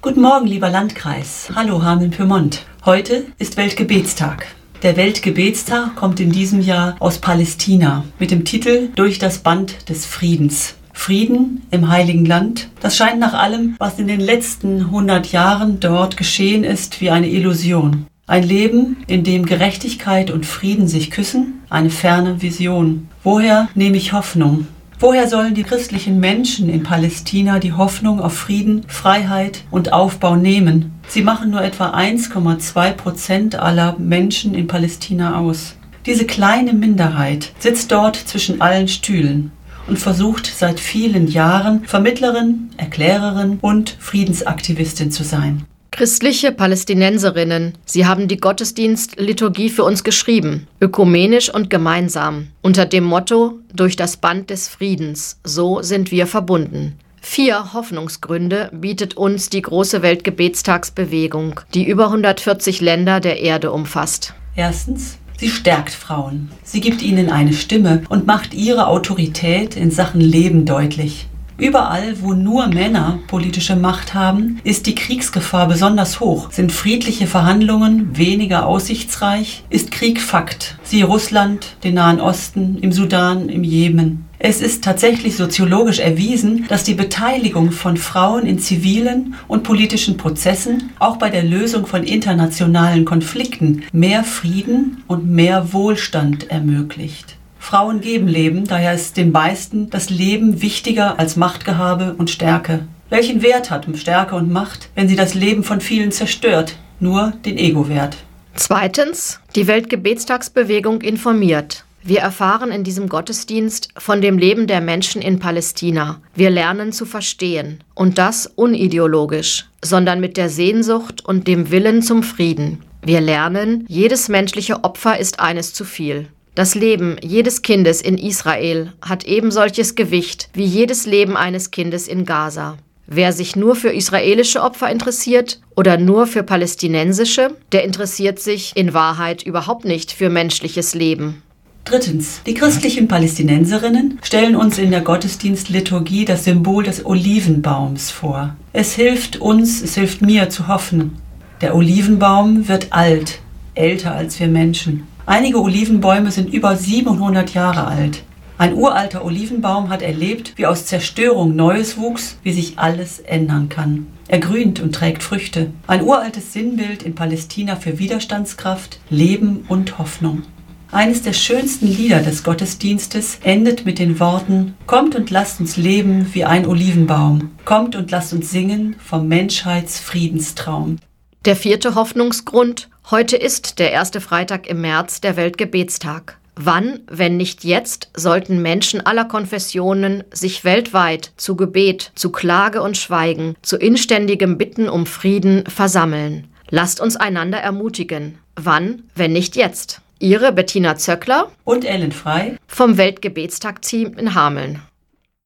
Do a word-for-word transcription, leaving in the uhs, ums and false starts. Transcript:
Guten Morgen, lieber Landkreis. Hallo, Hameln-Pyrmont. Heute ist Weltgebetstag. Der Weltgebetstag kommt in diesem Jahr aus Palästina mit dem Titel Durch das Band des Friedens. Frieden im Heiligen Land, das scheint nach allem, was in den letzten hundert Jahren dort geschehen ist, wie eine Illusion. Ein Leben, in dem Gerechtigkeit und Frieden sich küssen, eine ferne Vision. Woher nehme ich Hoffnung? Woher sollen die christlichen Menschen in Palästina die Hoffnung auf Frieden, Freiheit und Aufbau nehmen? Sie machen nur etwa eins Komma zwei Prozent aller Menschen in Palästina aus. Diese kleine Minderheit sitzt dort zwischen allen Stühlen und versucht seit vielen Jahren Vermittlerin, Erklärerin und Friedensaktivistin zu sein. Christliche Palästinenserinnen, sie haben die Gottesdienstliturgie für uns geschrieben, ökumenisch und gemeinsam, unter dem Motto Durch das Band des Friedens, so sind wir verbunden. Vier Hoffnungsgründe bietet uns die große Weltgebetstagsbewegung, die über hundertvierzig Länder der Erde umfasst. Erstens, sie stärkt Frauen. Sie gibt ihnen eine Stimme und macht ihre Autorität in Sachen Leben deutlich. Überall, wo nur Männer politische Macht haben, ist die Kriegsgefahr besonders hoch. Sind friedliche Verhandlungen weniger aussichtsreich? Ist Krieg Fakt? Siehe Russland, den Nahen Osten, im Sudan, im Jemen. Es ist tatsächlich soziologisch erwiesen, dass die Beteiligung von Frauen in zivilen und politischen Prozessen, auch bei der Lösung von internationalen Konflikten, mehr Frieden und mehr Wohlstand ermöglicht. Frauen geben Leben, daher ist den meisten das Leben wichtiger als Machtgehabe und Stärke. Welchen Wert hat Stärke und Macht, wenn sie das Leben von vielen zerstört? Nur den Ego-Wert. Zweitens, die Weltgebetstagsbewegung informiert. Wir erfahren in diesem Gottesdienst von dem Leben der Menschen in Palästina. Wir lernen zu verstehen. Und das unideologisch, sondern mit der Sehnsucht und dem Willen zum Frieden. Wir lernen, jedes menschliche Opfer ist eines zu viel. Das Leben jedes Kindes in Israel hat eben solches Gewicht wie jedes Leben eines Kindes in Gaza. Wer sich nur für israelische Opfer interessiert oder nur für palästinensische, der interessiert sich in Wahrheit überhaupt nicht für menschliches Leben. Drittens, die christlichen Palästinenserinnen stellen uns in der Gottesdienstliturgie das Symbol des Olivenbaums vor. Es hilft uns, es hilft mir zu hoffen. Der Olivenbaum wird alt, älter als wir Menschen. Einige Olivenbäume sind über siebenhundert Jahre alt. Ein uralter Olivenbaum hat erlebt, wie aus Zerstörung Neues wuchs, wie sich alles ändern kann. Er grünt und trägt Früchte. Ein uraltes Sinnbild in Palästina für Widerstandskraft, Leben und Hoffnung. Eines der schönsten Lieder des Gottesdienstes endet mit den Worten: Kommt und lasst uns leben wie ein Olivenbaum. Kommt und lasst uns singen vom Menschheitsfriedenstraum. Der vierte Hoffnungsgrund: Heute ist der erste Freitag im März der Weltgebetstag. Wann, wenn nicht jetzt, sollten Menschen aller Konfessionen sich weltweit zu Gebet, zu Klage und Schweigen, zu inständigem Bitten um Frieden versammeln? Lasst uns einander ermutigen. Wann, wenn nicht jetzt? Ihre Bettina Zöckler und Ellen Frey vom Weltgebetstag-Team in Hameln.